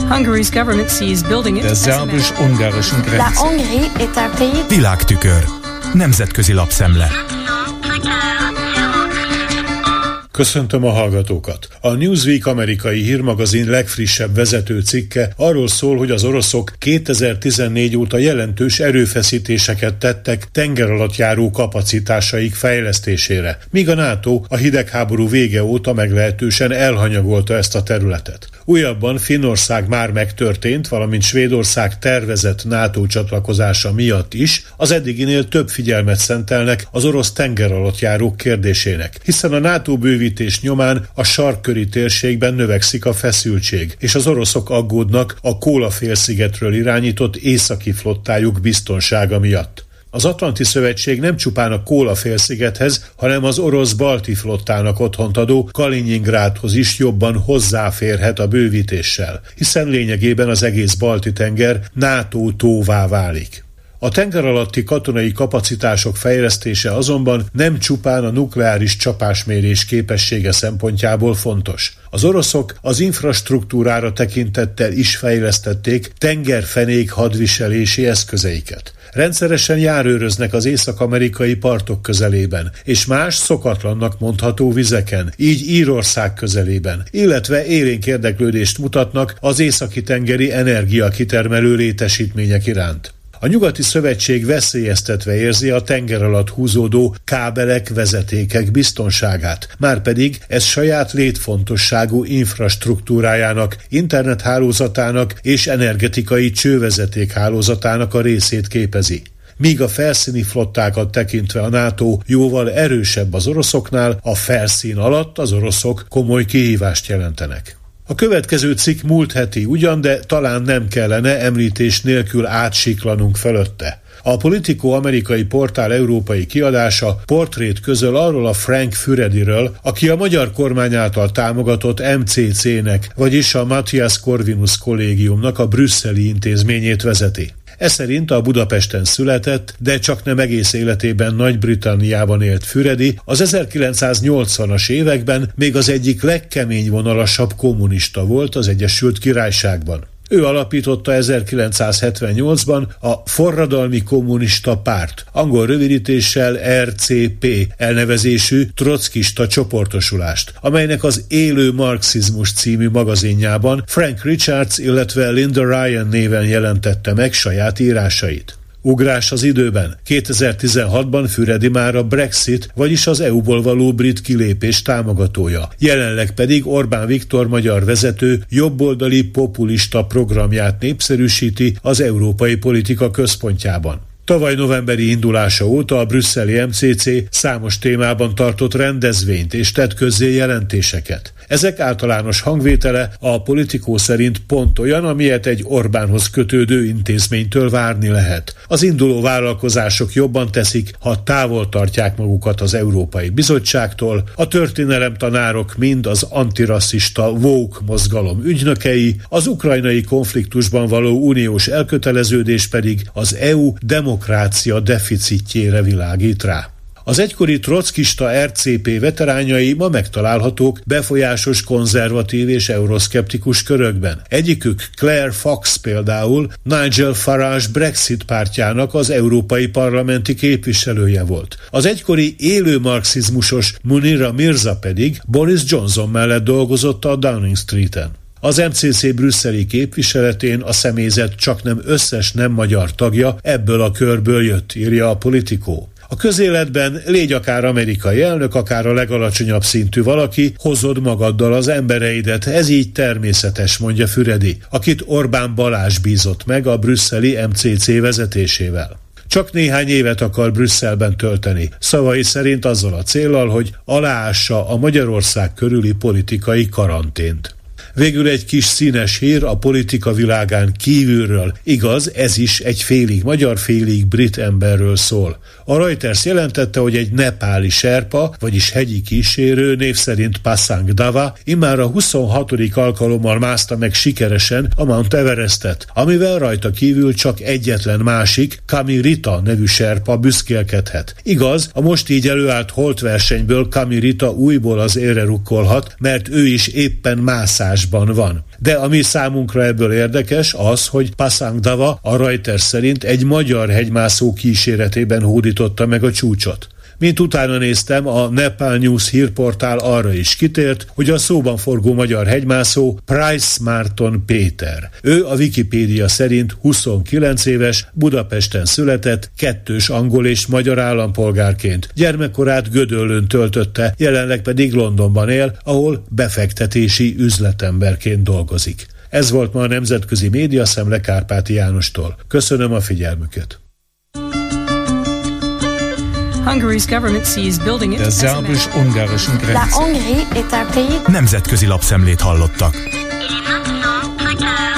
der szerbus-ungarischen Grenze. Világtükör. Nemzetközi lapszemle. Köszöntöm a hallgatókat! A Newsweek amerikai hírmagazin legfrissebb vezető cikke arról szól, hogy az oroszok 2014 óta jelentős erőfeszítéseket tettek tengeralattjáró kapacitásaik fejlesztésére, míg a NATO a hidegháború vége óta meglehetősen elhanyagolta ezt a területet. Újabban Finnország már megtörtént, valamint Svédország tervezett NATO csatlakozása miatt is az eddiginél több figyelmet szentelnek az orosz tengeralattjárók kérdésének, hiszen a NATO bővítés nyomán a sarkköri térségben növekszik a feszültség, és az oroszok aggódnak a Kóla-félszigetről irányított északi flottájuk biztonsága miatt. Az Atlanti Szövetség nem csupán a Kóla-félszigethez, hanem az orosz balti flottának otthont adó Kaliningrádhoz is jobban hozzáférhet a bővítéssel, hiszen lényegében az egész Balti-tenger NATO tóvá válik. A tengeralatti katonai kapacitások fejlesztése azonban nem csupán a nukleáris csapásmérés képessége szempontjából fontos. Az oroszok az infrastruktúrára tekintettel is fejlesztették tengerfenék hadviselési eszközeiket. Rendszeresen járőröznek az észak-amerikai partok közelében, és más szokatlannak mondható vizeken, így Írország közelében, illetve élénk érdeklődést mutatnak az északi-tengeri energiakitermelő létesítmények iránt. A nyugati szövetség veszélyeztetve érzi a tenger alatt húzódó kábelek, vezetékek biztonságát, márpedig ez saját létfontosságú infrastruktúrájának, internethálózatának és energetikai csővezetékhálózatának a részét képezi. Míg a felszíni flottákat tekintve a NATO jóval erősebb az oroszoknál, a felszín alatt az oroszok komoly kihívást jelentenek. A következő cikk múlt heti ugyan, de talán nem kellene említés nélkül átsiklanunk fölötte. A Politico amerikai portál európai kiadása portrét közöl arról a Frank Fürediről, aki a magyar kormány által támogatott MCC-nek, vagyis a Matthias Corvinus kollégiumnak a brüsszeli intézményét vezeti. Ez szerint a Budapesten született, de csak nem egész életében Nagy-Britanniában élt Füredi, az 1980-as években még az egyik legkeményvonalasabb kommunista volt az Egyesült Királyságban. Ő alapította 1978-ban a Forradalmi Kommunista Párt, angol rövidítéssel RCP elnevezésű trockista csoportosulást, amelynek az Élő Marxizmus című magazinjában Frank Richards, illetve Linda Ryan néven jelentette meg saját írásait. Ugrás az időben. 2016-ban Füredi már a Brexit, vagyis az EU-ból való brit kilépés támogatója. Jelenleg pedig Orbán Viktor magyar vezető jobboldali populista programját népszerűsíti az európai politika központjában. Tavaly novemberi indulása óta a brüsszeli MCC számos témában tartott rendezvényt és tett közzé jelentéseket. Ezek általános hangvétele a Politico szerint pont olyan, amilyet egy Orbánhoz kötődő intézménytől várni lehet. Az induló vállalkozások jobban teszik, ha távol tartják magukat az Európai Bizottságtól, a történelemtanárok mind az antirasszista woke mozgalom ügynökei, az ukrajnai konfliktusban való uniós elköteleződés pedig az EU demokrácia deficitjére világít rá. Az egykori trockista RCP veterányai ma megtalálhatók befolyásos konzervatív és euroszkeptikus körökben. Egyikük Claire Fox például Nigel Farage Brexit pártjának az európai parlamenti képviselője volt. Az egykori élő marxizmusos Munira Mirza pedig Boris Johnson mellett dolgozott a Downing Streeten. Az MCC brüsszeli képviseletén a személyzet csaknem összes nem magyar tagja ebből a körből jött, írja a Politico. A közéletben légy akár amerikai elnök, akár a legalacsonyabb szintű valaki, hozod magaddal az embereidet, ez így természetes, mondja Füredi, akit Orbán Balázs bízott meg a brüsszeli MCC vezetésével. Csak néhány évet akar Brüsszelben tölteni, szavai szerint azzal a céllal, hogy aláássa a Magyarország körüli politikai karantént. Végül egy kis színes hír a politika világán kívülről. Igaz, ez is egy félig magyar, félig brit emberről szól. A Reuters jelentette, hogy egy nepáli serpa, vagyis hegyi kísérő, név szerint Pasang Dava, immár a 26. alkalommal mászta meg sikeresen a Mount Everestet, amivel rajta kívül csak egyetlen másik, Kami Rita nevű serpa büszkélkedhet. Igaz, a most így előállt holtversenyből Kami Rita újból az élre rukkolhat, mert ő is éppen mászás nyomásban van. De ami számunkra ebből érdekes az, hogy Pasang Dava a Reuters szerint egy magyar hegymászó kíséretében hódította meg a csúcsot. Mint utána néztem, a Nepal News hírportál arra is kitért, hogy a szóban forgó magyar hegymászó Price Márton Péter. Ő a Wikipédia szerint 29 éves, Budapesten született, 2 angol és magyar állampolgárként. Gyermekkorát Gödöllőn töltötte, jelenleg pedig Londonban él, ahol befektetési üzletemberként dolgozik. Ez volt ma a Nemzetközi Média Szemle Kárpáti Jánostól. Köszönöm a figyelmüket! Der szerbus-ungarischen Grenze. Nemzetközi lapszemlét hallottak.